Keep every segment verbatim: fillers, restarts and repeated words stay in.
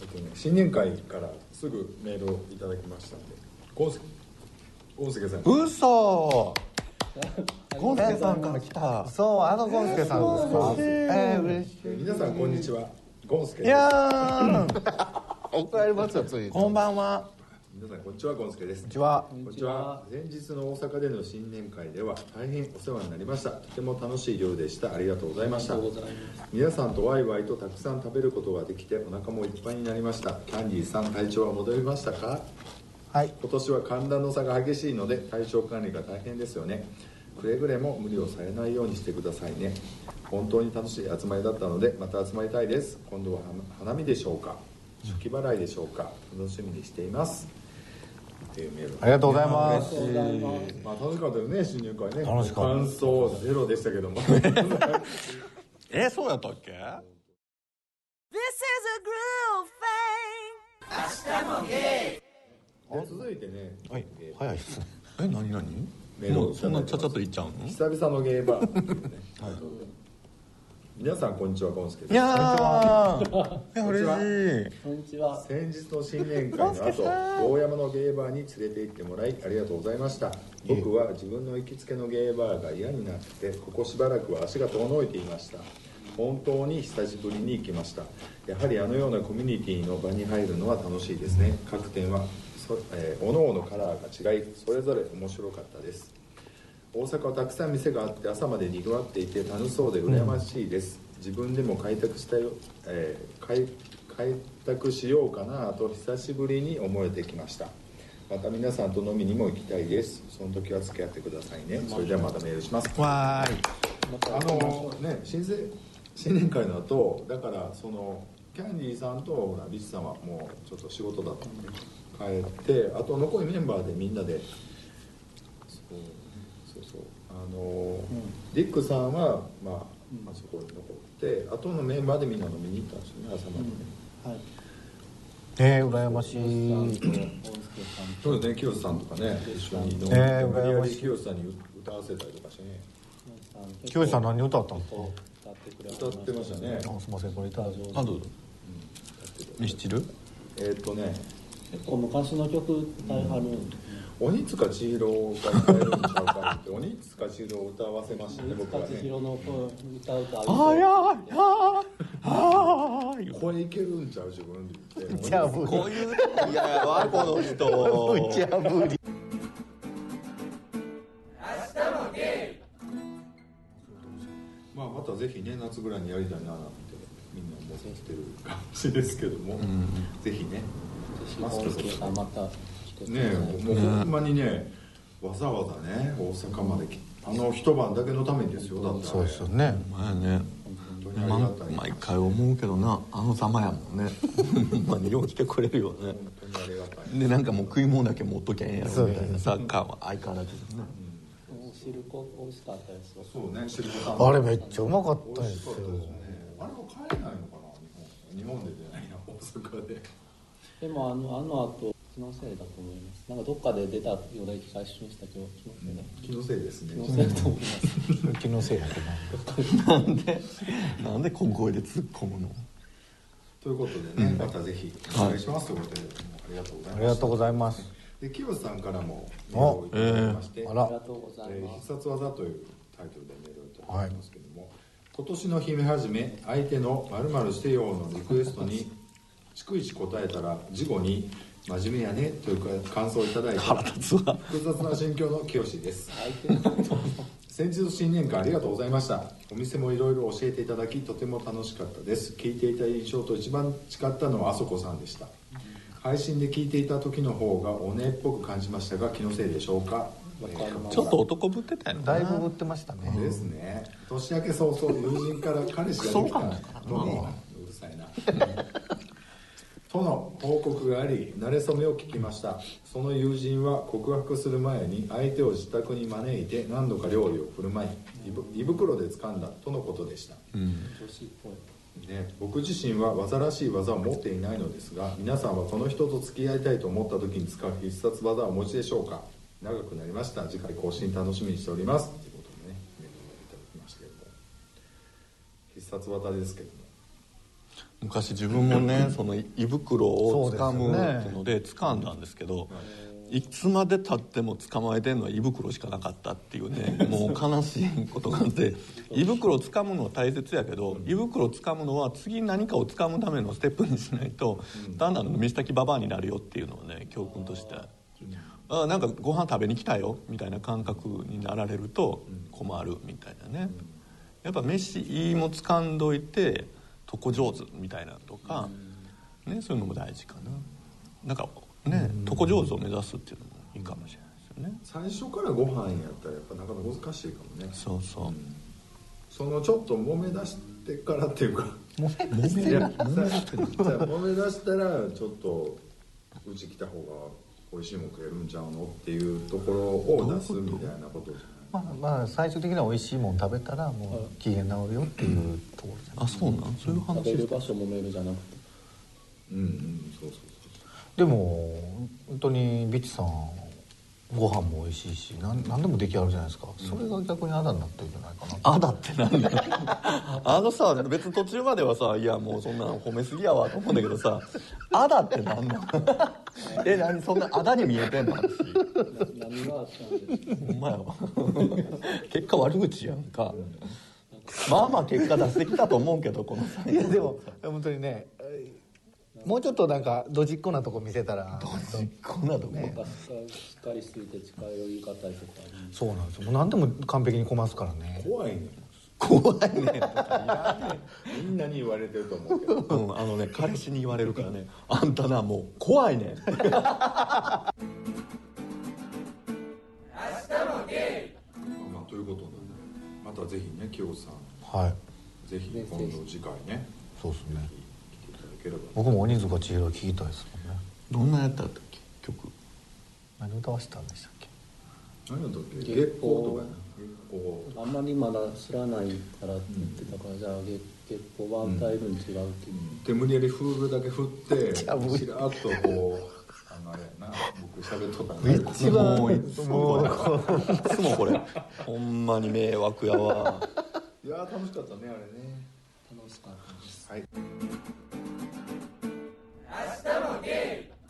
とね、新年会からすぐメールをいただきましたので、ゴンスケ、ゴンスケさん。 うそゴンスケさんから来た。そう、あのゴンスケさんですか。えー、嬉しい。 皆さんこんにちは、ゴンスケです。 いやー怒られますよ、つい。こんばんは。 皆さんこんにちは、ゴンスケです。 こんにちは。 こんにちは。前日の大阪での新年会では大変お世話になりました。とても楽しい夜でした。ありがとうございました。皆さんとワイワイとたくさん食べることができてお腹もいっぱいになりました。キャンディーさん、体調は戻りましたか？はい。今年は寒暖の差が激しいので体調管理が大変ですよね。くれぐれも無理をされないようにしてくださいね。本当に楽しい集まりだったのでまた集まりたいです。今度は花見でしょうか、初期払いでしょうか、楽しみにしています。っていうメール。 ありがとうございます。 まあ楽しかったよね、新年会ね。 楽しかった。 感想ゼロでしたけども。 え、そうやったっけ？ This is a groove thing. 明日もゲイ。続いてね。 はい。早いっすね。え、何何？ メールをそんなちゃちゃっといっちゃうの？ 久々のゲイバーっていうね。はい。皆さんこんにちは、ゴンスケです。 いやー、いや嬉しい。 こんにちは。 先日の新年会の後、大山のゲイバーに連れて行ってもらいありがとうございました。僕は自分の行きつけのゲイバーが嫌になってここしばらくは足が遠のいていました。本当に久しぶりに行きました。やはりあのようなコミュニティの場に入るのは楽しいですね。各店はそ、えー、おのおのカラーが違いそれぞれ面白かったです。大阪はたくさん店があって朝までにぎわっていて楽しそうで羨ましいです、うん、自分でも開拓したよ、えー、開, 開拓しようかなと久しぶりに思えてきました。また皆さんと飲みにも行きたいです。その時は付き合ってくださいね。それではまたメールします。 わーい。 あのね、新生新年会の後だからそのキャンディーさんとリチさんはもうちょっと仕事だったんで帰って、あと残りメンバーでみんなでそうそうそうあの、うん、ディックさんは、まあ、まあそこに残ってあとのメンバーでみんな飲みに行ったんですよね、朝までね、 うん、はい。 えー、羨ましい。 そうですね、清さんとかね一緒に飲んで、 えー、羨ましい。 清さんに歌わせたりとかしてね。 清さん何歌ったんですか？ 歌ってましたね。 あ、すみません、これ歌うぞ。 あ、どうぞ。 ミスチル？ えーっとね結構昔の曲歌いはるん、うん、 鬼塚千尋が歌えるんちゃうかって鬼塚千尋を歌わせましたね、僕はね。 鬼塚千尋の歌うとあややあ声いけるんちゃう自分で言って。 じゃあこういういやいやわこの人うちは無理。 まあまたぜひね夏ぐらいにやりたいななんてみんな思ってる感じですけども、うん、ぜひねマスクさんまた来てねえ、もうほんまにねわざわざね大阪まで来あの一晩だけのためにですよ。だってそうですよね。まあね本当にありがたい、 毎回思うけどな、あのざまやもんね。ほんまによう来てくれるよね。 本当にありがたい。 でなんかもう食い物だけ持っときゃええんやろみたいなサッカーは相変わらずですね。 うん、シルコ美味しかったですよ。 そうね、シルコさんあれめっちゃうまかったですよ。 あれは買えないのかな、日本日本でじゃないな、大阪で。 でもあのあの後気のせいだと思います。なんかどっかで出たような気が一瞬したけど気のせいだ。気のせいですね。 気のせいだと思います。 気のせいやけど。なんでなんで小声で突っ込むの。 ということでね、またぜひお願いします、ということで、ありがとうございます。 ありがとうございます。 で清さんからもメールをいただきまして、 えー、あらありがとうございます。 必殺技というタイトルでメールをいただきますけども、はい、今年の姫はじめ相手の〇〇してよのリクエストに逐一答えたら事後に真面目やねという感想をいただいて腹立つわ。 複雑な心境の清です先日新年会ありがとうございました。お店もいろいろ教えていただきとても楽しかったです。聞いていた印象と一番違ったのはあそこさんでした。配信で聞いていた時の方がおねっぽく感じましたが気のせいでしょうか。 ちょっと男ぶってたよね。だいぶぶってましたね。 ですね。年明け早々友人から彼氏ができたのにうるさいなとの報告があり馴れ初めを聞きました。その友人は告白する前に相手を自宅に招いて何度か料理を振る舞い胃袋で掴んだとのことでした、うん、 女子っぽいね、僕自身は技らしい技を持っていないのですが皆さんはこの人と付き合いたいと思った時に使う必殺技をお持ちでしょうか。長くなりました。次回更新楽しみにしておりますということでねメールをいただきましたけれども、必殺技ですけども昔自分もねその胃袋を掴むので掴んだんですけど、いつまでたっても捕まえてんのは胃袋しかなかったっていうねもう悲しいことがあって、胃袋を掴むのは大切やけど、胃袋を掴むのは次何かを掴むためのステップにしないと単なる飯炊きババアになるよっていうのをね教訓として、あなんかご飯食べに来たよみたいな感覚になられると困るみたいなね。やっぱ飯胃も掴んどいて床上手みたいなとか、ね、そういうのも大事かな。なんかね、床上手を目指すっていうのもいいかもしれないですよね。 最初からご飯やったらやっぱなかなか難しいかもね。 そうそう、うん、 そのちょっと揉め出してからっていうか揉め出してる揉め出したらちょっとうち来た方が美味しいもん食えるんちゃうのっていうところを出すみたいなことじゃない。 まあ、まあ最終的には美味しいもん食べたらもう機嫌治るよっていうところじゃない。 あ、そうなん、そういう話。 食べる場所揉めるじゃなくて、 うんうん、そうそうそう。 でも本当にビッチさんご飯も美味しいし 何, 何でも出来上がるじゃないですか、うん、それが逆にあだになってるんじゃないかな。 あだってなんだあのさ別に途中まではさいやもうそんな褒めすぎやわと思うんだけどさあだってなんだえ何そんなあだに見えてんの私何があったんですか。 ほんまやわ結果悪口やんか。まあまあ結果出してきたと思うけどこの際。 いやでも本当にねもうちょっとなんかドジっ子なとこ見せたら。 ドジっ子なとこ、 ね、しっかりしすぎて近寄りがたいとか。 そうなんですよ。もう何でも完璧にこますからね。 怖いね。 怖いねとかみんなに言われてると思うけど、 うん、あのね彼氏に言われるからねあんたなもう怖いね明日もゲイ、まあ、ということで、ね、またぜひね清さん、 はい、 ぜひ今度次回ね。 そうですね。 来ていただければ。 僕も鬼塚千尋聞きたいですもんね。 どんなやったんだっけ曲。 何歌わせたんでしたっけ。 何だったっけ。月光とかやな。 あんまりまだ知らないからって言ってたから、うん、じゃあ月月光は歌えるに違うっていう、うん、 で無理やりフールだけ振ってしらっとこうあのあれやな僕喋っとったね。 一番もういつもいつもこれほんまに迷惑やわ。 いや楽しかったねあれね。 楽しかったです。 はい。 明日もゲイ。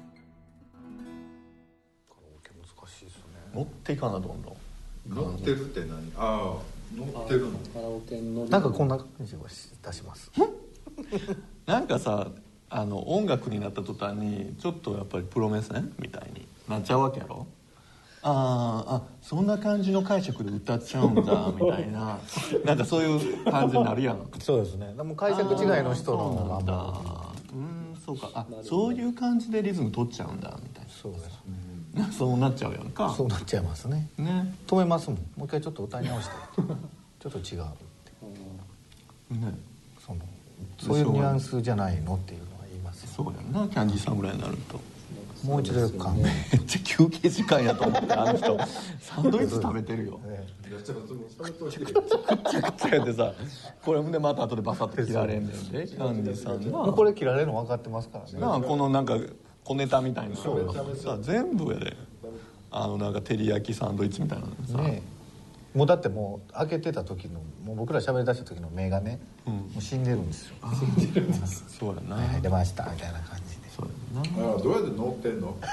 カラオケ難しいですね。 乗っていかなどんどん。 乗ってるって何。ああ乗ってるの。 カラオケのなんかこんな感じはいたしますなんかさあの音楽になった途端にちょっとやっぱりプロ目線みたいになっちゃうわけやろ。ああそんな感じの解釈で歌っちゃうんだみたいななんかそういう感じになるやん。 そうですね。でも解釈違いの人のそうなんだ。うんそうか。あそういう感じでリズム取っちゃうんだみたいな。 そうですね。 そうなっちゃうやんか。 そうなっちゃいますね。 ね。 止めますもん。もう一回ちょっと歌い直してちょっと違うって、 ね、 そのそういうニュアンスじゃないのっていうのは言いますよ。 そうやなキャンディーさんぐらいになるともう一度よく考えめっちゃ休憩時間やと思ってあの人サンドイッチ食べてるよ。 いやちょっとそれとしてくちゃくちゃやってさこれでまた後でバサッと切られんねんでキャンディーさんもうこれ切られるの分かってますからね。 なあこのなんか小ネタみたいなのさ全部やであのなんか照り焼きサンドイッチみたいなのさ、 ね、もうだってもう開けてた時のもう僕ら喋り出した時の目がね、うん、もう死んでるんですよ。 死んでるんですそうやな、 はいはい、出ましたみたいな感じで。 そうやな。 あどうやって乗ってんの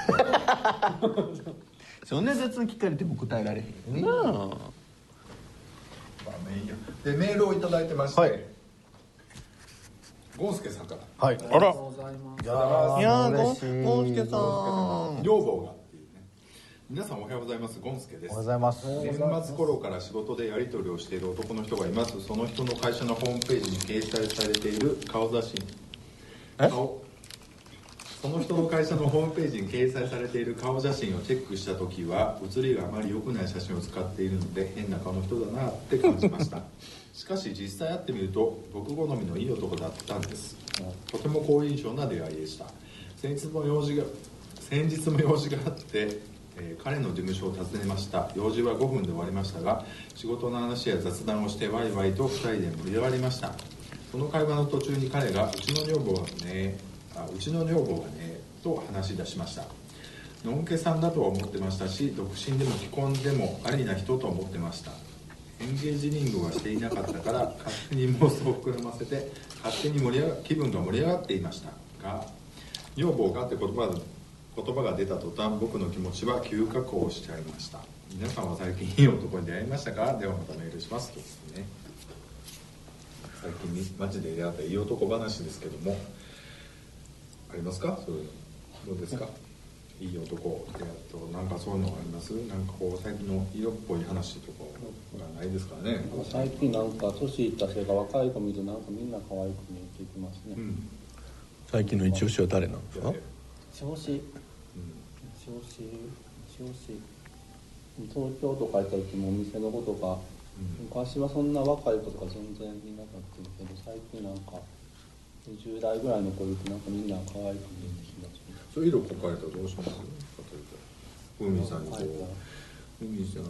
そんな雑に聞かれても答えられへんなあ。まあねいいや。でメールをいただいてまして、はい、ゴンスケさんから。 はい。 あら。 ございます。 いやーゴンゴンスケさん。 女房がっていうね。皆さんおはようございます。ゴンスケです。 おはようございます。 年末頃から仕事でやり取りをしている男の人がいます。その人の会社のホームページに掲載されている顔写真。顔。その人の会社のホームページに掲載されている顔写真をチェックした時は写りがあまり良くない写真を使っているので変な顔の人だなって感じました。しかし実際会ってみると僕好みのいい男だったんです。とても好印象な出会いでした。先日も用事が先日も用事があって、えー、彼の事務所を訪ねました。用事はごふんで終わりましたが仕事の話や雑談をしてワイワイとふたりで盛り上がりました。その会話の途中に彼がうちの女房はねあうちの女房がねと話し出しました。のんけさんだとは思ってましたし独身でも既婚でもありな人と思ってました。 エンゲージリングはしていなかったから勝手に妄想を膨らませて勝手に盛り上が気分が盛り上がっていましたが、女房がって言葉が言葉が出た途端僕の気持ちは急下降しちゃいました。皆さんは最近いい男に出会いましたか？ではまたメールしますとですね。最近街で出会ったいい男話ですけども、ありますか？そういうのどうですか？いい男であとなんかそういうのあります？なんかこう最近の色っぽい話とかがないですかね。 最近なんか年いったせいか若い子見るとなんかみんな可愛く見えてきますね、うん、 最近の一押しは誰なんですか？ 一押し、うん、一押し一押し東京とか行った時もお店の子とか、うん、昔はそんな若い子とか全然いなかったけど最近なんかにじゅう代ぐらいの子いるとなんかみんな可愛く見えてきますね。 そういう色描かれたらどうします？例えば海さんにこう海さん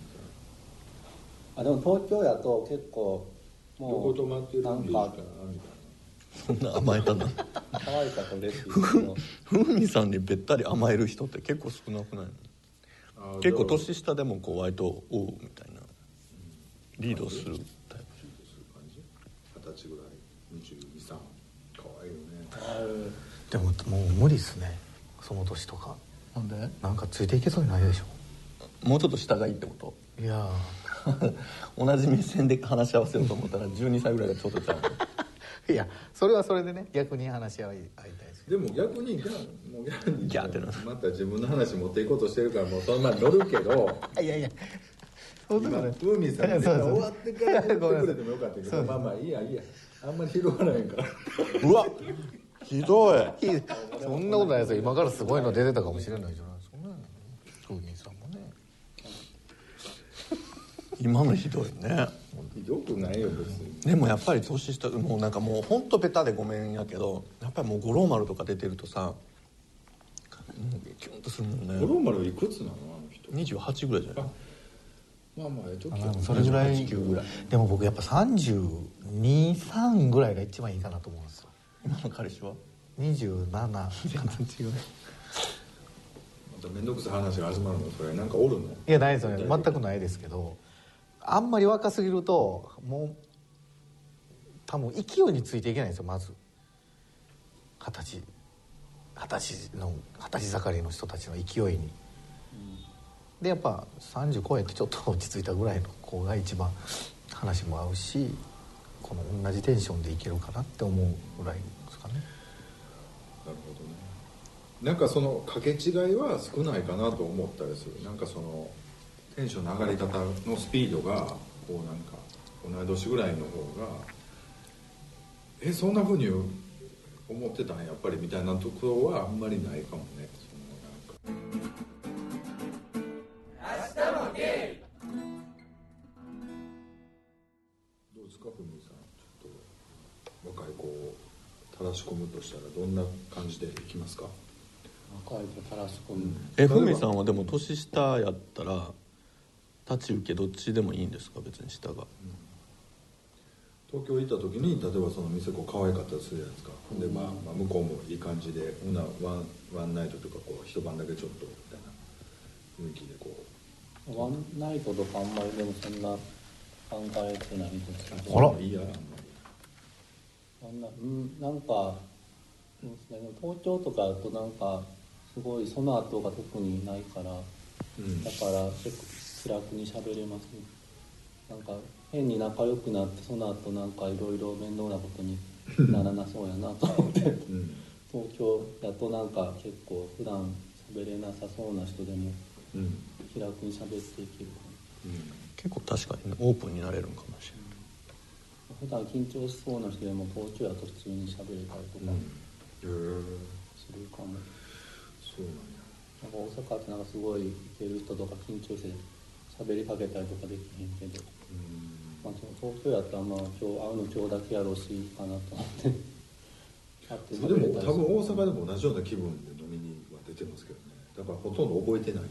あでも東京やと結構もうどこ泊まってるんですかみたいな。 そんな甘えたの可愛かったら嬉しいですけどふみさんにべったり甘える人って結構少なくないの？結構年下でもこう割と「おう」みたいなリードするタイプ。 二十歳ぐらいにじゅうに、さん可愛いよね。 でももう無理っすねその年とか。 なんで？ なんかついていけそうにないでしょ。 もうちょっと下がいいってこと？ いや同じ目線で話し合わせようと思ったらじゅうにさいぐらいがちょっとちゃう。 いやそれはそれでね逆に話し合いたいですけど。でも逆にギャンもうギャンにギャンってなまた自分の話持っていこうとしてるからもうそのまま乗るけどいやいや今風味さんが終わってから言ってくれてもよかったけどまあまあいいやいいやあんまり拾わないからうわひどいそんなことないですよ。今からすごいの出てたかもしれないじゃないですかね風味さんもね。 今のひどいね。 ひどくないよ別に。 でもやっぱり年下もうなんかもうほんとベタでごめんやけどやっぱりもう五郎丸とか出てるとさキュンとするもんね。 五郎丸いくつなのあの人？ にじゅうはちぐらいじゃない？ まあまあええ時はそれぐらいぐらい。でも僕やっぱさんじゅうに、さんぐらいが一番いいかなと思うんですよ。 今の彼氏はにじゅうなな全然違う。 また面倒くさい話が始まるのそれなんかおるの？ いやないですよね全くないですけどあんまり若すぎるともう多分勢いについていけないんですよ。まず二十歳二十歳の二十歳盛りの人たちの勢いに、うん、でやっぱさんじゅう超えてちょっと落ち着いたぐらいの子が一番話も合うしこの同じテンションでいけるかなって思うぐらいですかね。 なるほどね。なんかその掛け違いは少ないかなと思ったりする。なんかそのテンションの上がり方のスピードがこうなんか同い年ぐらいの方がえそんな風に思ってたんやっぱりみたいなところはあんまりないかもね。そのなんか明日もゲイどうですかふみさんちょっと若い子を正し込むとしたらどんな感じでいきますか？ 若い子正し込む、うん、 えふみさんはでも年下やったら立ち受けどっちでもいいんですか？別に下が、うん、 東京行った時に例えばその店子可愛かったりするじゃないですか、うん、で、まあ、まあ向こうもいい感じで、うん、ワン、ワンナイトとかこう一晩だけちょっとみたいな雰囲気でこうワンナイトとかあんまりでもそんな考えてないんですけどあらいいやあんまりあんな、うん、なんか東京とかだとなんかすごいその後が特にないから、うん、だから結構気楽に喋れますね。なんか変に仲良くなってその後なんかいろいろ面倒なことにならなそうやなと思って、うん、東京だとなんか結構普段喋れなさそうな人でも気楽に喋っていけるかな、うん、 結構確かに、ね、オープンになれるんかもしれない、 うん、普段緊張しそうな人でも東京だと普通に喋れたりとかするかも、うん、 そうなんや。 なんか大阪ってなんかすごいイケる人とか緊張して喋りかけたりとかできへんけど、うんまあ、その東京やったらまあ今日会うの今日だけやろうしいいかなと思ってってでも多分大阪でも同じような気分で飲みには出てますけどね。だからほとんど覚えてない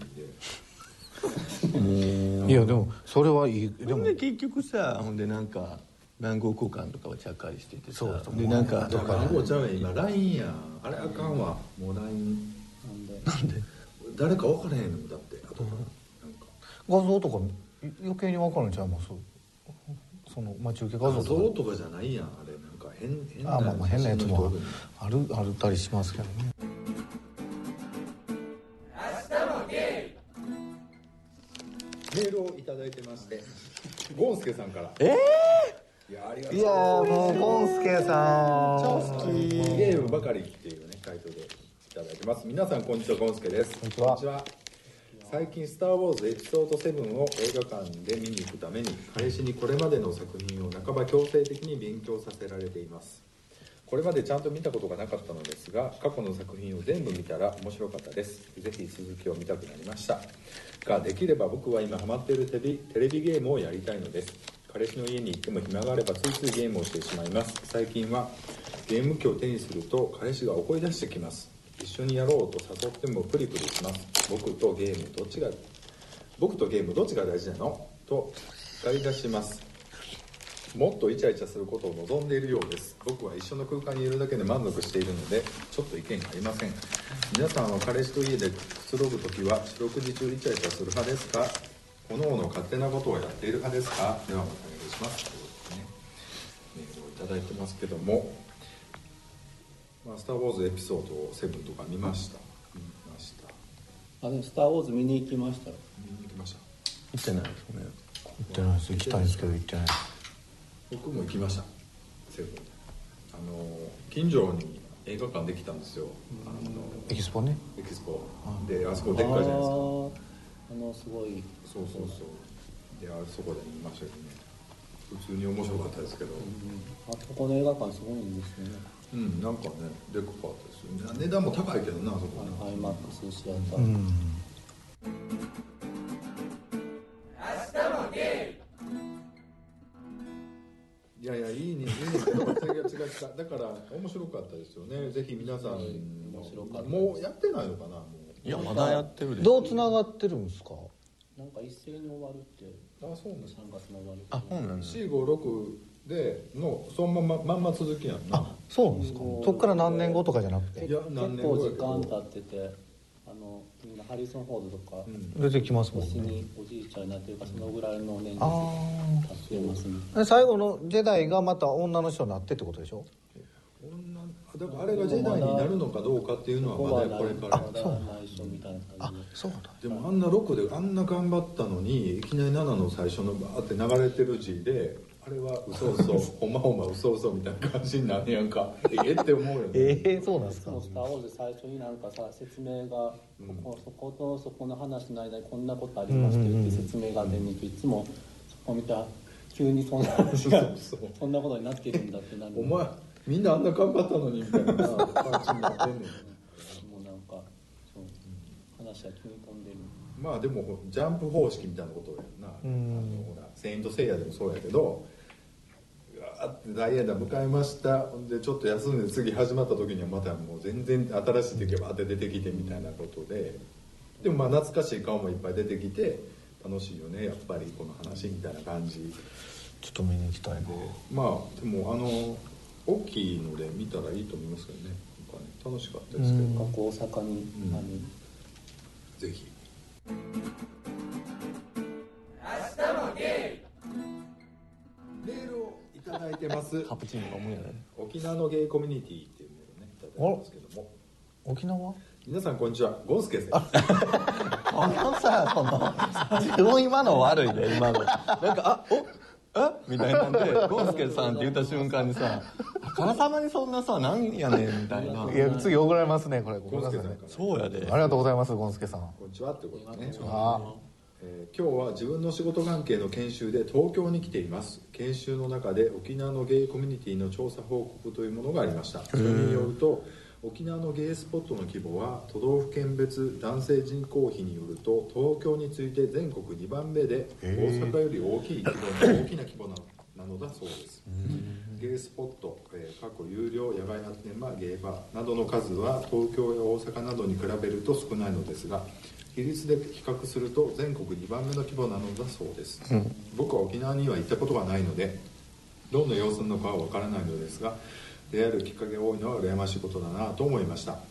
んでいやでもそれはいい。 でもで結局さほんでなんか番号交換とかはちゃっかりしててさそうそうでなんか番号ちゃうやん今 ライン やんあれあかんわもう ラインなんでなんで誰か分からへんのだってあと、うん、なんか画像とか余計に分かるんちゃいます？その待ち受け画像とか画像とかじゃないやん、あれなんか変変なあ、まあ、まあ変なやつもあるあるたりしますけどね。 メールをいただいてまして、ゴンスケさんから。 えー、いやありがとういやもうゴンスケさん超好きゲームばかりっていうねタイトルでいただいてます。皆さんこんにちは、ゴンスケです。 こんにちは。 こんにちは。最近スターウォーズエピソードセブンを映画館で見に行くために彼氏にこれまでの作品を半ば強制的に勉強させられています。これまでちゃんと見たことがなかったのですが、過去の作品を全部見たら面白かったです。ぜひ続きを見たくなりましたが、できれば僕は今ハマっているテレビ、テレビゲームをやりたいのです。彼氏の家に行っても暇があればついついゲームをしてしまいます。最近はゲーム機を手にすると彼氏が怒り出してきます。一緒にやろうと誘ってもプリプリします。僕とゲームどっちが僕とゲームどっちが大事なのと怒り出します。もっとイチャイチャすることを望んでいるようです。僕は一緒の空間にいるだけで満足しているのでちょっと意見がありません。皆さんは彼氏と家でくつろぐときは四六時中イチャイチャする派ですか？各々勝手なことをやっている派ですか？ではまたお願いします。ということでね、メールをいただいてますけども、まあ、スター・ウォーズエピソードセブンとか見ました見ましたあのスター・ウォーズ見に行きました。 見に行きました。 行ってないですよね。 行ってないです。行きたいんですけど行ってない。 僕も行きました。セブン。あの近所に映画館できたんですよ。あのエキスポね。 エキスポで、あそこでっかいじゃないですか。 あのすごい。 そうそうそう。で、あそこで見ましたけどね。普通に面白かったですけど。うん、 あそこの映画館すごいんですね。 うん、なんかね、でかかったですよね。値段も高いけどな、あそこね。 アイマックスシアター。 うん。 いやいや、いいね、いいねけど、違う違う違う。だから面白かったですよね。ぜひ皆さん、面白かった。もうやってないのかな、もう。 いや、まだやってるで。 どうつながってるんですか？ なんか一斉に終わるって。 あ、そうなんです。 さんがつの終わる。 あ、そうなんです。 よん、ご、ろくでのそのまままんま続きやんな。 あ、そうなんですか。そっから何年後とかじゃなくて。 いや、何年後結構時間経ってて、あのみんなハリソン・フォードとか、うん、 出てきますもんね。 星におじいちゃんになってるかそのぐらいの年齢経ってますね。最後のジェダイがまた女の人になってってことでしょ？ 女だからあれがジェダイになるのかどうかっていうのはまだこれから。 あ、そう内緒みたいな感じで。 あ、そうだ。 でもあんなろくであんな頑張ったのにいきなりななの最初のバーって流れてる字で、あれは嘘嘘ほんまほんま嘘嘘みたいな感じになるやんか。えって思うよね。 ええー、そうなんですか。 スター・ウォーズ最初になんかさ説明が、うん、ここそことそこの話の間にこんなことありましてって説明が出にくい。いつもそこ見た急にそんな話がそんなことになってるんだってなる。 お前みんなあんな頑張ったのにみたいな感じになってんねん。もうなんかそう話は急に飛んでる。 まあでもジャンプ方式みたいなことやんな。あのほらセイントセイヤでもそうやけど、ガーってダイエーダ迎えました。でちょっと休んで次始まった時にはまたもう全然新しい敵がバーって出てきてみたいなことで、でもまあ懐かしい顔もいっぱい出てきて楽しいよねやっぱりこの話みたいな感じ。 ちょっと見に行きたいな。 まあでもあの大きいので見たらいいと思いますけどね。なんかね楽しかったですけど。 過去大阪に、うん、あのぜひ。メールをいただいてます。 カプチーノ飲むやね。 沖縄のゲイコミュニティっていうメールをねいただいてますけども。 沖縄？ 皆さんこんにちは、ゴンスケです。このさ、この自分今の悪いで今の。 なんかあお。えみたいなんでゴンスケさんって言った瞬間にさあからさまにそんなさなんやねんみたいな。 いや次怒られますねこれ。ごめんなさいね。 そうやで。 ありがとうございますゴンスケさん。 こんにちはってことね。 あえー、今日は自分の仕事関係の研修で東京に来ています。研修の中で沖縄のゲイコミュニティの調査報告というものがありました。それによると沖縄のゲイスポットの規模は都道府県別男性人口比によると東京に次いで全国にばんめで大阪より大きい規模の大きな規模なのだそうです。ゲイスポット、えー、過去有料野外アテネマゲイバーなどの数は東京や大阪などに比べると少ないのですが比率で比較すると全国にばんめの規模なのだそうです、うん、僕は沖縄には行ったことがないのでどんな様子なのかは分からないのですが出会えるきっかけが多いのは羨ましいことだなと思いました。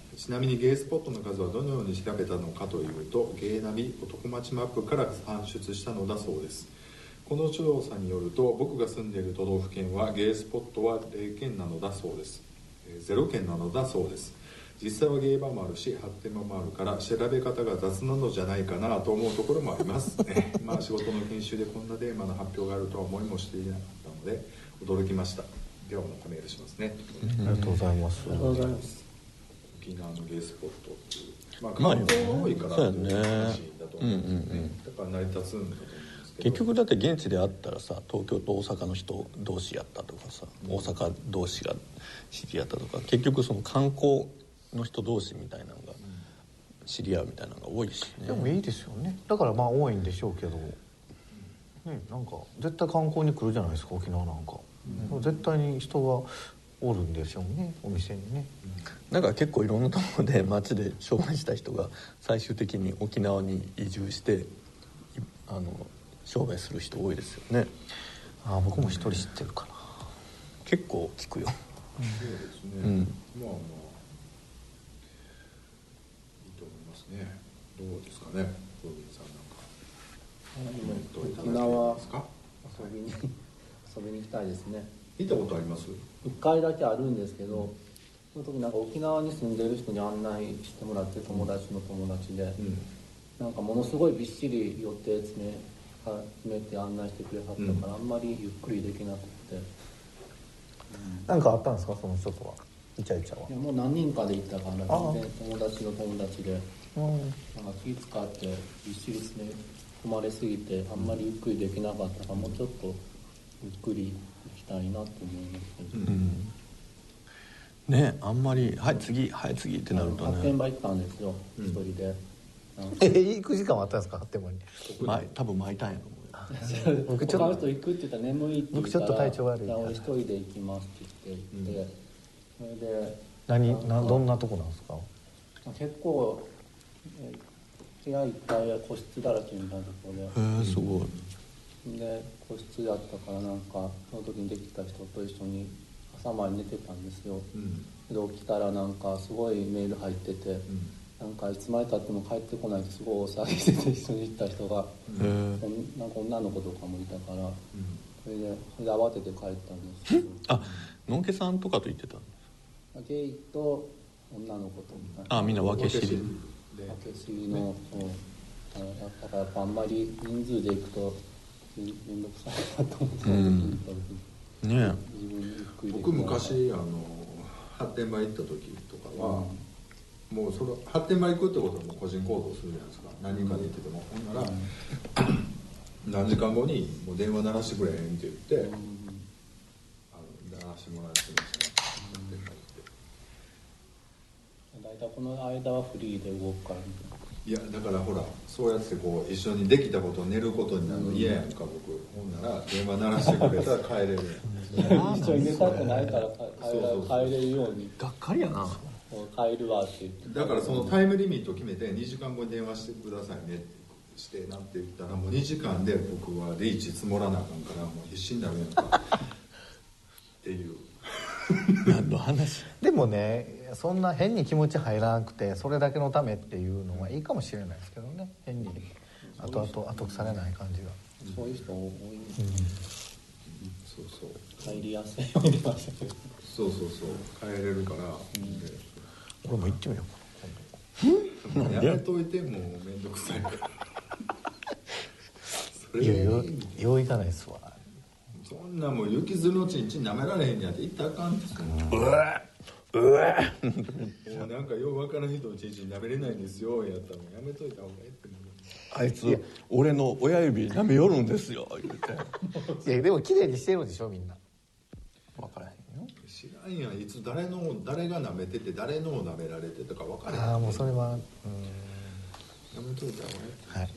ちなみにゲイスポットの数はどのように調べたのかというと、ゲイナビ男町マップから算出したのだそうです。この調査によると、僕が住んでいる都道府県はゲイスポットはゼロけんなのだそうです。ゼロけんなのだそうです。実際はゲイバーもあるし発展場もあるから、調べ方が雑なのじゃないかなと思うところもありますまあ仕事の研修でこんなテーマの発表があるとは思いもしていなかったので驚きました。ではまたメールしますね。 ありがとうございます。 ありがとうございます。 沖縄のゲイスポットっていう、まあ観光が多いからっていう話だと思うんですよね。だから成り立つんだと思うんですけど、 結局だって現地であったらさ、東京と大阪の人同士やったとかさ、大阪同士が知り合ったとか、結局その観光の人同士みたいなのが知り合うみたいなのが多いしね。 でもいいですよね。だからまあ多いんでしょうけど、ね、なんか絶対観光に来るじゃないですか、沖縄なんか、うん、絶対に人がおるんでしょうね、お店にね。 だから結構いろんなところで街で商売した人が最終的に沖縄に移住してあの商売する人多いですよね。 ああ、僕も一人知ってるかな。 結構聞くよ。 そうですね、うん、まあまあいいと思いますね。どうですかね、ロビンさん、なんかコメントいただけますか。 遊びに遊びに行きたいですね。 行ったことあります？ 一回だけあるんですけど、その時なんか沖縄に住んでる人に案内してもらって、友達の友達で、うん、なんかものすごいびっしり予定詰め詰めて案内してくれはったから、うん、あんまりゆっくりできなくて、うん、 なんかあったんですか、その人とは。イチャイチャは。 いや、もう何人かで行ったから、全然友達の友達で、うん、なんか気使ってびっしり詰め込まれすぎてあんまりゆっくりできなかったから、もうちょっとゆっくり行きたいなと思いますけど、うん、 ね、あんまり「はい次はい次」ってなるとね。 発展場行ったんですよ、一、うん、人で。 え行く時間はあったんですか、発展場に。 多分巻いたんやと思うよ僕ちょっと他の人行くって言ったら眠いって言うから、僕ちょっと体調悪いから俺一人で行きますって言って行って、うん、それで何などんなとこなんですか。 結構部屋いっぱい個室だらけみたいなところで、 へえ、すごい。 で個室だったから、なんかその時にできた人と一緒に朝まで寝てたんですよ、うん、で起きたらなんかすごいメール入ってて、うん、なんかいつまでたっても帰ってこないとすごい大騒ぎしてて、一緒に行った人が、うん、なんか女の子とかもいたから、うん、それでそれで慌てて帰ったんですけどあ、のんけさんとかと言ってたんですか。ゲイと女の子とみたいな。 あ、みんな分け知り分け知りの、ね、そうだからやっぱあんまり人数で行くとめんどくさいなと思って、うん、 ね、 僕昔あの発展場行った時とかは、うん、もうその発展場行くってことはもう個人行動するじゃないですか、何人かで行ってても。ほんなら、うん、何時間後にもう電話鳴らしてくれへんって言って、うん、あの鳴らしてもらってましたね。 大体この間はフリーで動くからみたいな。 いやだからほら、そうやってこう一緒にできたことを寝ることになるの嫌やんか、僕。ほんなら電話鳴らしてくれたら帰れるやん一緒に寝たくないから帰れるように。 がっかりやな。 帰るわって言って。 だからそのタイムリミットを決めてにじかんごに電話してくださいねってしてなんて言ったら、もうにじかんで僕はリーチ積もらなあかんからもう必死になるやんかっていう何の話。 でもね、そんな変に気持ち入らなくてそれだけのためっていうのはいいかもしれないですけどね。変に後々後腐れない感じが、 そういう人多いんですね、 うん、そうそう帰りやすいようになりましたけど。 そうそうそう帰れるから、うん、 俺も行ってみようかな今度やめといてもうめんどくさいからそれいやよよう行かないっすわ。 そんなもう雪ずのちんちん舐められへんやって言ったらあかんって。 うわうわもうなんかよう分からん人のちんちん舐めれないんですよやったらやめといた方がいいって。 あいつ俺の親指舐めよるんですよ言って。 いやでも綺麗にしてるでしょみんな。 分からへんよ。 知らんやん、いつ誰の誰が舐めてて誰のを舐められてとか分からへん。 ああもうそれはうんやめといた方がいい。 はい。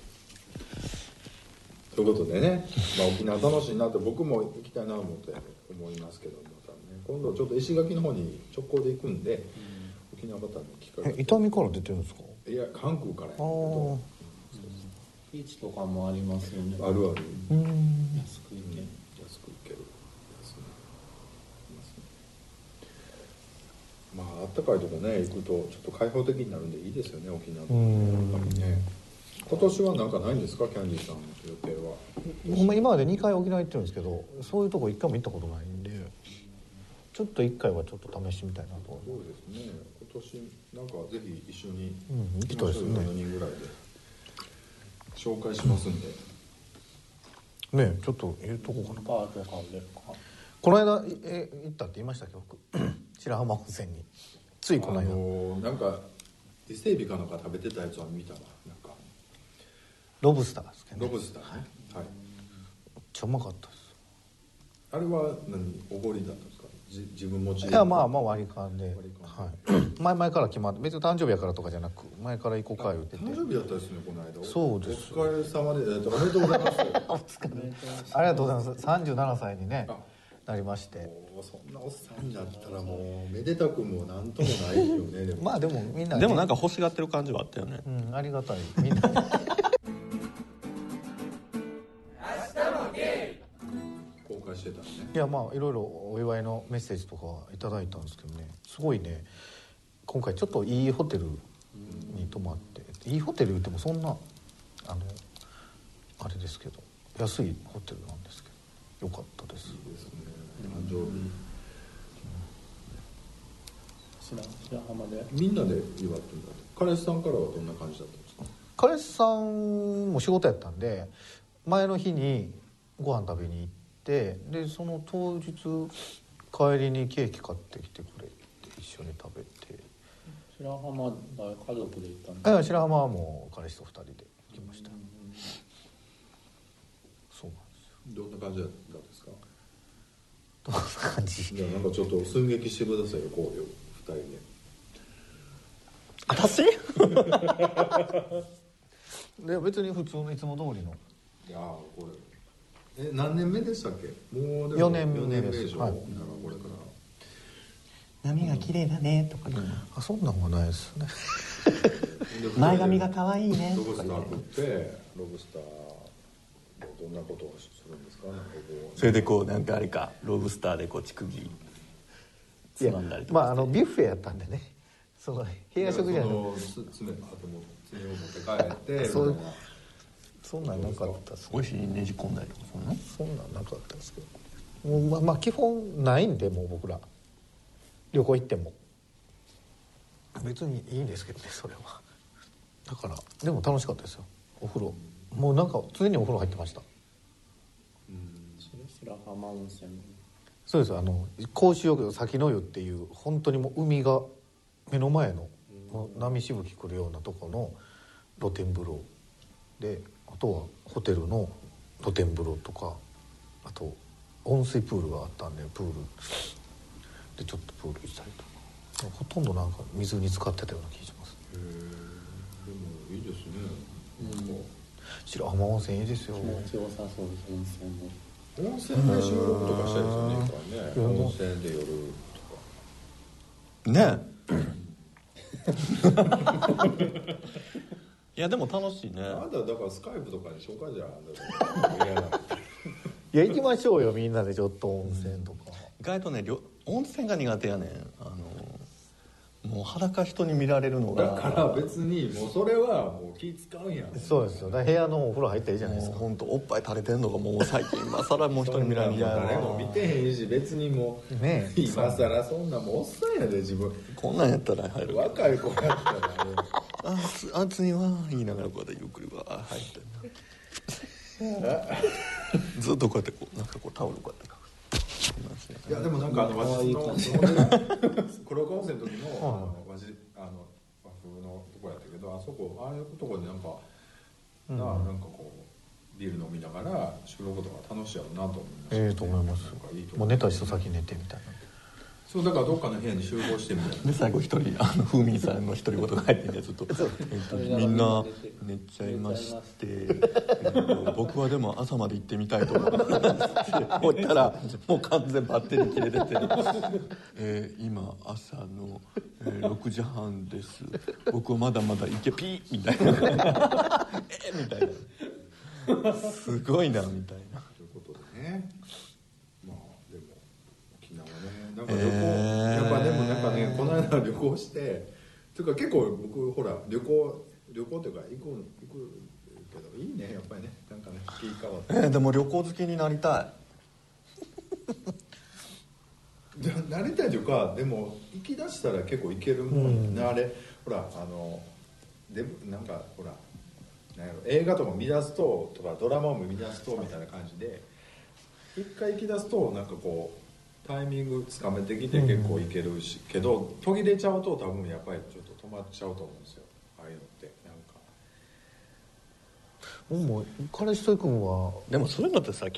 ということでね、まあ、沖縄楽しいなって僕も行きたいなと思って思いますけども、またね、今度ちょっと石垣の方に直行で行くんで、うん、沖縄またの機会が。 え、伊丹から出てるんですか。 いや関空からやけど、 ビーチとかもありますよね。 あるある。 うん、安く行ける、 安く行けるですね。 まああったかいとこね行くとちょっと開放的になるんでいいですよね沖縄とかね。やっぱりね。今年はなんかないんですかキャンディーさんの予定は。 ほんま今までにかい沖縄行ってるんですけど、そういうとこいっかいも行ったことないんで、ちょっといっかいはちょっと試してみたいなと。 そうですね。今年なんかぜひ一緒に行きたいですね。 よにんぐらいで紹介しますんで。 ねちょっと言うとこかな。 パーとかでか。 この間え行ったって言いましたっけ僕白浜温泉についこの間、 あのー、なんか伊勢海老かなんか食べてたやつは見たわ。なんかロブスターですけどね。 ロブスターね、はい、 めっちゃうまかったです。 あれは何おごりだったんですか。じ自分持ちで。 いやまあまあ割り勘で、 割りはい、前々から決まって、別に誕生日やからとかじゃなく前から行こうか言ってて。 誕生日だったですねこの間。 そうです。 お疲れ様で、えっと、おめでとうございますお疲れありがとうございます。さんじゅうななさいにねなりまして。 もうそんなおっさんになったらもうめでたくもなんともないよねでもまあでもみんな、ね、 でもなんか欲しがってる感じはあったよね。 うんありがたいみんな公開してたね。 いやまあいろいろお祝いのメッセージとかいただいたんですけどね、すごいね今回ちょっといいホテルに泊まって、いいホテル言ってもそんなあのあれですけど安いホテルなんですけどよかったです。 いいですね。誕生日、 白浜でみんなで祝ってもらって。彼氏さんからはどんな感じだったんですか。 彼氏さんも仕事やったんで前の日にご飯食べに行って、でその当日帰りにケーキ買ってきてくれて一緒に食べて。 白浜は家族で行ったんですか。白浜はもう彼氏とふたりで行きました。そうなんですよ。 どんな感じだったんですか。 どんな感じ。 じゃあなんかちょっと寸劇してくださいよこうよふたりで。 私で別に普通のいつも通りの。 いやこれえ何年目でしたっけ。もうでもよねんめです。 よねんめでしょ、はい、だからこれから波が綺麗だねとか、うん、 あそんなんはないですね前髪が可愛いねロブスター食ってロブスターどんなことをするんですか。なんかこうそれでこうなんかあれかロブスターでこう乳首つまんだりとか。 まああのビュッフェやったんでね、その部屋食じゃなくて爪あとも爪を持って帰ってそうそんなんなかったですね。 美味しいねじ込んだりとかそんなそんなんなかったですけど、もうまあ、まあ基本ないんでもう僕ら旅行行っても別にいいんですけどねそれは。だからでも楽しかったですよお風呂。もうなんか常にお風呂入ってました。 白浜温泉。 そうです。あの公衆浴場先の湯っていう本当にもう海が目の前の波しぶき来るようなとこの露天風呂で、あとはホテルの露天風呂とか、あと温水プールがあったんでプールでちょっとプールしたりとか、ほとんどなんか水に浸かってたような気がします。 へえでもいいですね、うん、 白浜温泉いいですよ。 気持ちよさそうです温泉も。 温泉で収録とかしたいですよね。ね温泉で夜とかねいやでも楽しいね。 あんただからスカイプとかに紹介じゃん。あんたいや行きましょうよみんなでちょっと温泉とか、うん、 意外とね温泉が苦手やねん。あのもう裸人に見られるのがだから別にもうそれはもう気使うんやん。 そうですよ。だから部屋のお風呂入ったらいいじゃないですか。 本当おっぱい垂れてんのがもう最近今更もう人に見られるのが誰も見てへんし別にもう、ね、今更そんなもうおっさんやで自分。 こんなんやったら入る。 若い子やったらあ暑いわ言いながらこうやってゆっくりわ入ってずっとこうやってこうなんかこうタオルこうやってかく。 いやでもなんかあの和室の黒川温泉の時の、あの和室あの和風のとこやったけど、あそこああいうとこでなんか、うん、ななんかこうビール飲みながら収録とか楽しいやろうなと思いました、ね。 ええと思います。いいともう寝た人先寝てみたいな。 そうだからどっかの部屋に集合してみたいな。 で最後一人あの風味さんの独り言が入ってんでずっと、えっと、みんな寝ちゃいまして、えっと、僕はでも朝まで行ってみたいと思って思ったらもう完全バッテリー切れてて、えー、今朝の、えー、ろくじはんです。僕はまだまだ行けピーみたいなえーみたいなすごいなみたいな。 ということでね。まあでも沖縄ね。なんか旅行、えー、やっぱでもなんかねこの間旅行してというか結構僕ほら旅行旅行というか行く行くけどいいねやっぱりねなんかね気変わって、 えー、でも旅行好きになりたいなりたいというかでも行き出したら結構行けるもんね、うん、あれほらあのでなんかほらなんやろ映画とか見出すととかドラマも見出すとみたいな感じで一回行き出すとなんかこうタイミングつかめてきて結構行けるし、うん、けど途切れちゃうと多分やっぱりちょっと止まっちゃうと思うんですよああいうのってなんかもう彼氏と行くんはでもそういうのってさ、うん、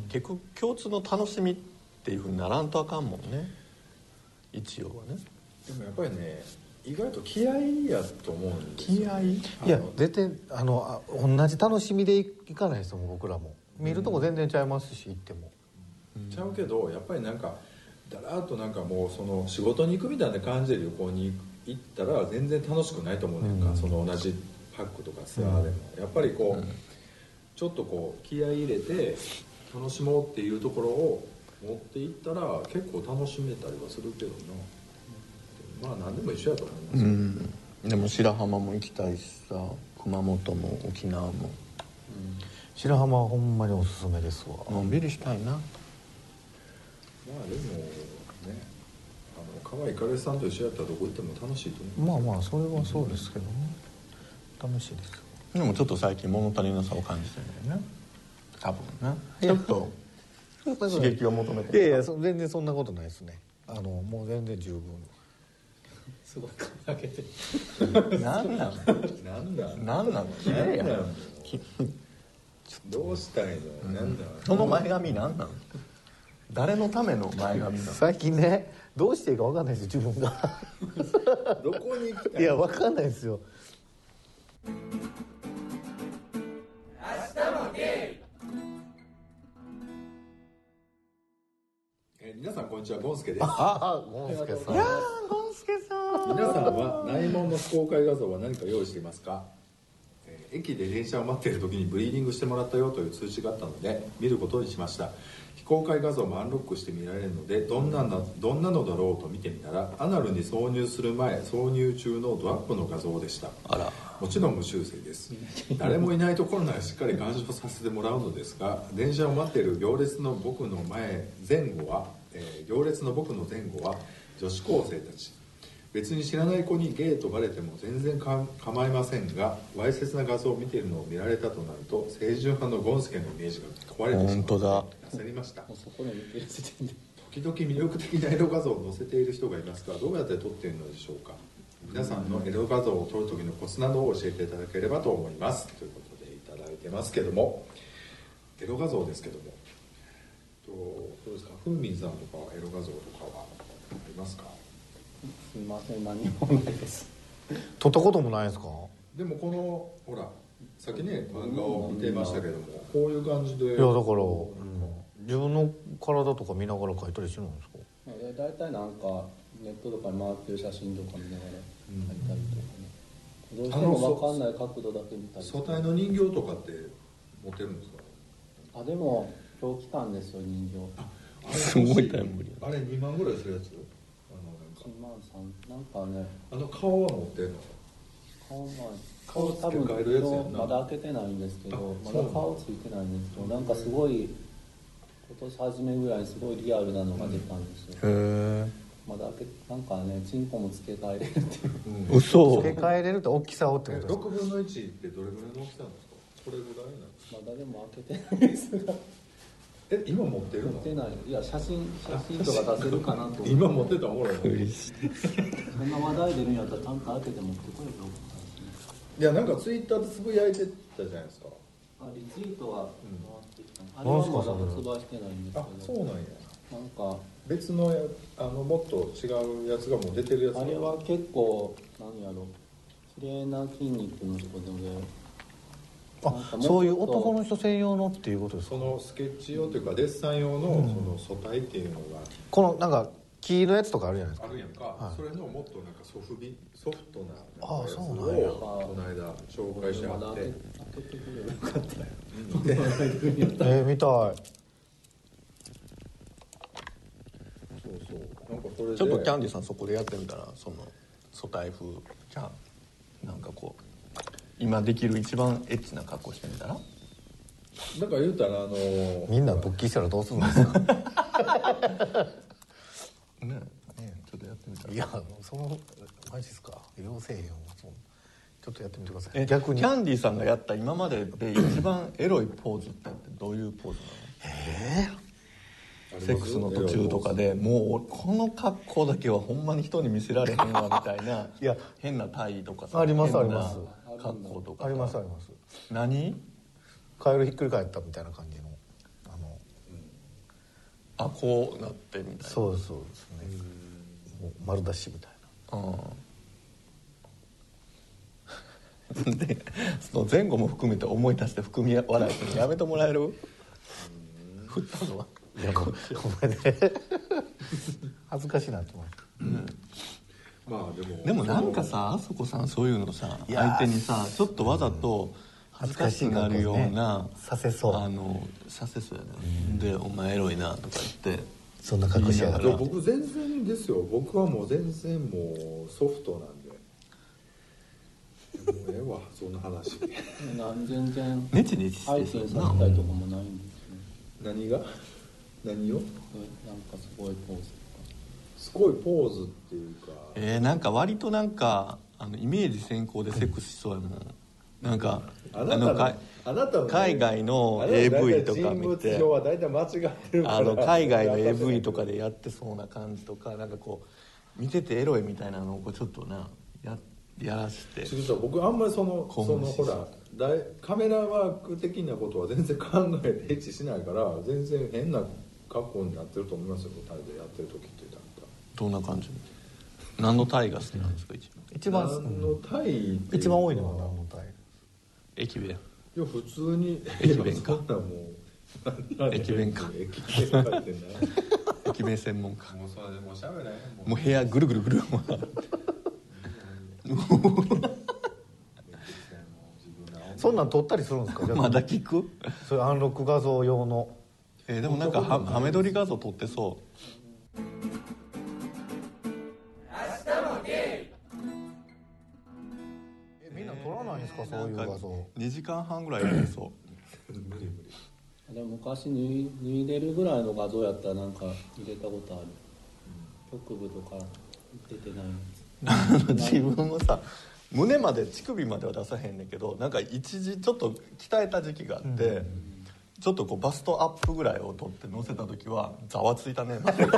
結局共通の楽しみっていうふうにならんとあかんもんね一応はねでもやっぱりね意外と気合いやと思うんですよ、ね、 気合いいや絶対あの同じ楽しみで行かないですよ僕らも見るとこ全然ちゃいますし行っても、 うん、ちゃうけどやっぱりなんかだらっとなんかもうその仕事に行くみたいな感じで旅行に行ったら全然楽しくないと思うねんか、うん、その同じパックとかツアーでも、うん、やっぱりこう、うん、ちょっとこう気合い入れて楽しもうっていうところを持っていったら結構楽しめたりはするけどな、まあ何でも一緒やと思いますよ、うん、 でも白浜も行きたいしさ熊本も沖縄も、うん、 白浜はほんまにおすすめですわのんびりしたいなまあでもねあの可愛い彼氏さんと一緒やったらどこ行っても楽しいと思うまあまあそれはそうですけどね、うん、楽しいですでもちょっと最近物足りなさを感じてるんだよね多分ねちょっと刺激を求めていやいや全然そんなことないですねあのもう全然十分すごいかけて何なの何なの何なの綺麗やんどうしたいの、うん、何なのその前髪何なの誰のための前髪なの最近ねどうしていいか分かんないですよ自分がどこに行きたいいや分かんないですよ皆さんこんにちはゴンスケです。 ああゴンスケさん。 いやゴンスケさん。 皆さんは内門の非公開画像は何か用意していますか？えー、駅で電車を待っている時にブリーディングしてもらったよという通知があったので見ることにしました。非公開画像もアンロックして見られるのでどんなのどんなのだろうと見てみたらアナルに挿入する前挿入中のドアップの画像でした。 あら。 もちろん無修正です。誰もいないところならしっかり鑑賞させてもらうのですが電車を待っている行列の僕の前前後はえー、行列の僕の前後は女子高生たち別に知らない子にゲイとバレても全然か構いませんがわいせつな画像を見ているのを見られたとなると清純派のゴンスケのイメージが壊れてしまう本当だ焦りました。 そこで見てる時点で時々魅力的なエロ画像を載せている人がいますがどうやって撮っているのでしょうか。皆さんのエロ画像を撮る時のコツなどを教えていただければと思いますということでいただいてますけどもエロ画像ですけどもどうですか、ふんみんさんとかエロ画像とかはありますか？ すみません、何もないです。 撮ったこともないですか？ でもこのほらさっきね漫画を見てましたけどもこういう感じでいやだから、うん、自分の体とか見ながら描いたりしてるんですか？ だいたいなんかネットとかに回ってる写真とか見ながら描いたりとかね、うん、どうしても分かんない角度だけ見たり。 素体の人形とかって持ってるんですか？ あ、でも今日来たんですよ人形。 すごいタイムリー。 あれにまんぐらいするやつ？ あのなんかにまんさんなんかね。 あの顔は持ってるの？ 顔は顔多分まだ開けてないんですけど、まだ顔ついてないんですけど、なんかすごい今年初めぐらいにすごいリアルなのが出たんですよ。 へえ。 まだ開けなんかねチンコも付け替えれるっていう。 うん、嘘。付け替えれるって大きさをってことですか？ ろくぶんのいちってどれぐらいの大きさなんですか？これぐらいなんですか？ まだでも開けてないですが。 え、今持ってるの？ 持ってない。いや写真写真とか出せるかなと思って。 今持ってたらおもろい。 そんな話題出るんやったらちゃんと開けて持ってこいよと思ったんですね。 いやなんかツイッターでつぶやいてたじゃないですか。 あ、リツイートは回ってきた、うん、あれはまだ発売してないんですけど。 あ、そうなんや。 なんか別のやあのもっと違うやつがもう出てるやつ。 あれは結構何やろ綺麗な筋肉のところで。 あ、そういう男の人専用のっていうことですか？ そのスケッチ用というかデッサン用のその素体っていうのが、うん、 このなんか木のやつとかあるじゃないですか。 あるやんか、はい、それのもっとなんかソフビソフトなああそうなんやこの間紹介してあって。 開けてくればよかったよ。 えー、見たい。 そうそうなんかそれでちょっとキャンディーさんそこでやってみたら、そのソタイ風キャンなんかこう今できる一番エッチな格好してみたら。 だから言うたらあのー、 みんな勃起したらどうするんですかねねちょっとやってみたら。 いやそのマジですか要請よちょっとやってみてください。 え逆にキャンディーさんがやった今までで一番エロいポーズってどういうポーズなの？ えセックスの途中とかでもうこの格好だけはほんまに人に見せられへんわみたいないや変なタイとかさあります変なあります格好とかー、ありますあります。 何カエルひっくり返ったみたいな感じのあの、 あこうなってみたいな。 そうそうですね。もう丸出しみたいな。 うんでその前後も含めて思い出して含み笑いするのやめてもらえる？振ったのはいやごごめんね恥ずかしいなと思って、 うん、 まあでもでもなんかさあそこさんそういうのさいや相手にさちょっとわざと恥ずかしくなるような、 ね、させそうあのさせそうやね、うん、でお前エロいなとか言ってそんな格好しやがる。 僕全然ですよ。僕はもう全然もうソフトなんでもうええわそんな話なん全然ネチネチして配信させたりとかもないんですね。 何が何をえなんかすごいポーズとかすごいポーズっていうかえー、なんか割となんかあのイメージ先行でセックスしそうやもん。なんかあなたのあのかあなたの、ね、 海外の エーブイ とか見て人物は大体間違ってるからあの海外の エーブイ とかでやってそうな感じとかなんかこう見ててエロいみたいなのをこうちょっとな や, やらして僕あんまりそのそのほ興奮しそうらだいカメラワーク的なことは全然考えてエッチしないから全然変な格好になってると思いますよ。タイでやってる時って言ったらどんな感じ？何のタイが好きなんですか？ 一番何のタイって一番多いのは何のタイ？ 駅弁。 いや普通に駅弁か。 そんなもう駅弁か。 駅弁かってない駅弁専門家。 もうそれもうしゃべらへんもん。 もう部屋ぐるぐるぐる回ってそんなん撮ったりするんですか？ まだ聞く？ それアンロック画像用の。 えー、でもなんかはハメ撮り画像撮ってそう。 みんな撮らないんですか？そういう画像にじかんはんぐらいやりそう無理無理。 でも昔脱い脱いでるぐらいの画像やったらなんか入れたことある、うん、局部とか出てないやつ自分もさ胸まで乳首までは出さへんねんけどなんか一時ちょっと鍛えた時期があって、うん、ちょっとこうバストアップぐらいを取って載せた時はざわついたね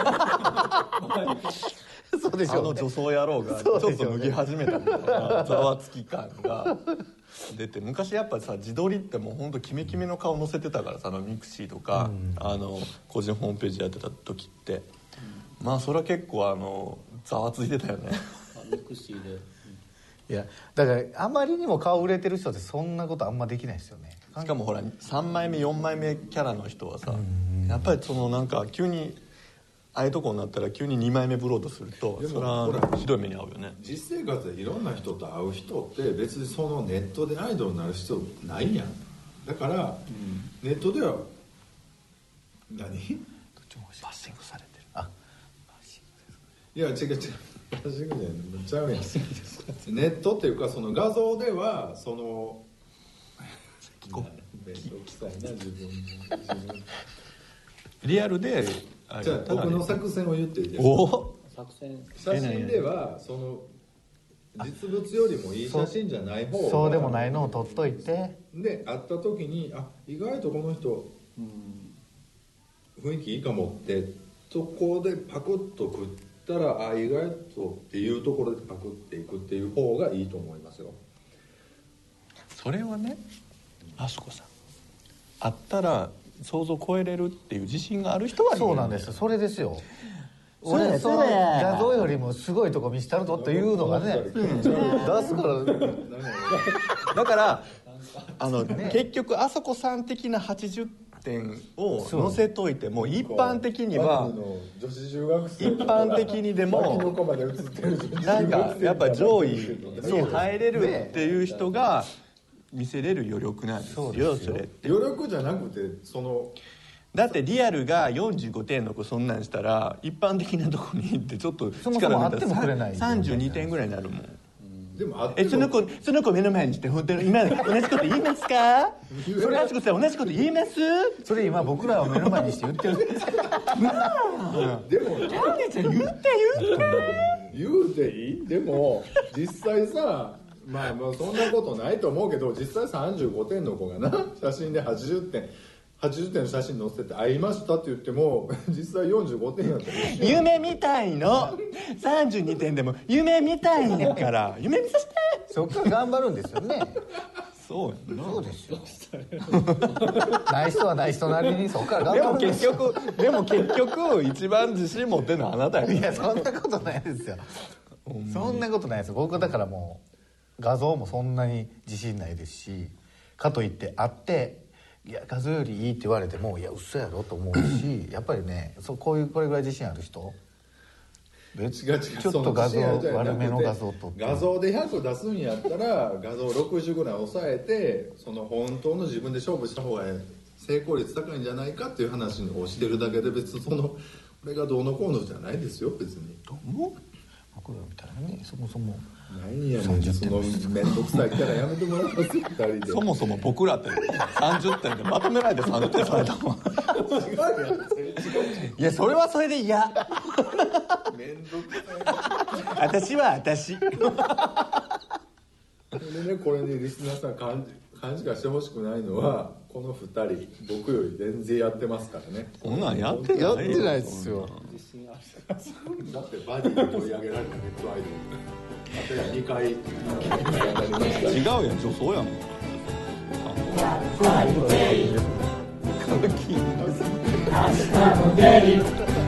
そうでしょうね、 あの女装野郎がちょっと脱ぎ始めたみたいなざわつき感が出て昔やっぱさ自撮りってもうほんとキメキメの顔載せてたからさあのミクシーとか、うん、あの個人ホームページやってた時って、うん、まあそれは結構あのざわついてたよねミクシーで、うん、 いやだからあまりにも顔売れてる人ってそんなことあんまできないですよね。 しかもほらさんまいめよんまいめキャラの人はさ、うん、やっぱりそのなんか急にああいうとこになったら急ににまいめブロードするとそれはひどい目に遭うよね。 実生活でいろんな人と会う人って別にそのネットでアイドルになる必要ないやん。だから、うん、ネットでは何？どっちもバッシングされてる。 あ、バッシングいや違う違うバッシングじゃないちゃうやん。ネットっていうかその画像ではその聞こう面倒くさいな自分自分リアルでじゃあ僕の作戦を言っていいですか？ お作戦写真ではその実物よりもいい写真じゃない方がそうでもないのを撮っといてで会った時にあ意外とこの人、うん、雰囲気いいかもってそこでパクッと食ったらあ意外とっていうところでパクっていくっていう方がいいと思いますよ。 それはねあそこさん会ったら想像を超えれるっていう自信がある人はそうなんですそれですよ。俺その画像よりもすごいとこ見せたるぞというのがね出すからだからあの、ね、結局あそこさん的なはちじゅってんを載せといても一般的には女子中学生一般的にでもなんかやっぱ上位に入れるっていう人が見せれる余力なんですよ。それって余力じゃなくてそのだってリアルがよんじゅうごてんの子そんなんしたら一般的なとこに行ってちょっとそもそもあってもくれないさんじゅうにてんぐらいになるもん。 でもあってもえその子その子目の前にして本当に今同じこと言いますか？それあちこさん同じこと言います？ それ今僕らを目の前にして言ってるんですでもキャンディちゃん言って言って言うていい？でも実際さまあもうそんなことないと思うけど実際さんじゅうごてんの子がな写真ではちじゅってんはちじゅってんの写真載せて会いましたって言っても実際よんじゅうごてんやったら夢みたいのさんじゅうにてんでも夢みたいんやから夢見させて。 そっから頑張るんですよね。 そうやな。 そうですよない人はない人なりにそっからでも頑張るんですよ。 結局でも結局一番自信持ってるのはあなたやから。 いやそんなことないですよそんなことないですよ。僕だからもう画像もそんなに自信ないですし、かといって会っていや画像よりいいって言われてもいや嘘やろと思うしやっぱりねそうこういうこれぐらい自信ある人別違う違うちょっと画像悪めの画像と画像でひゃく出すんやったら画像ろくじゅうぐらい抑えてその本当の自分で勝負した方が成功率高いんじゃないかっていう話をしてるだけで別にそのこれがどうのこうのじゃないですよ別に。 どうも僕らみたいなねそもそも何やねんその面倒くさいキャラやめてもらいますよふたりで。 そもそも僕らってさんじゅってんでまとめられてさんじゅってんされたもん。 違うやんいやそれはそれで嫌。 面倒くさい私は私。 でねこれねリスナーさん勘勘違いしてほしくないのはこのふたり僕より全然やってますからね。 こんなんやってないやってないですよ。 自信ある。 だってバディで取り上げられたネットアイドルあとやにかいやりました違うやん女装やん。 歌舞伎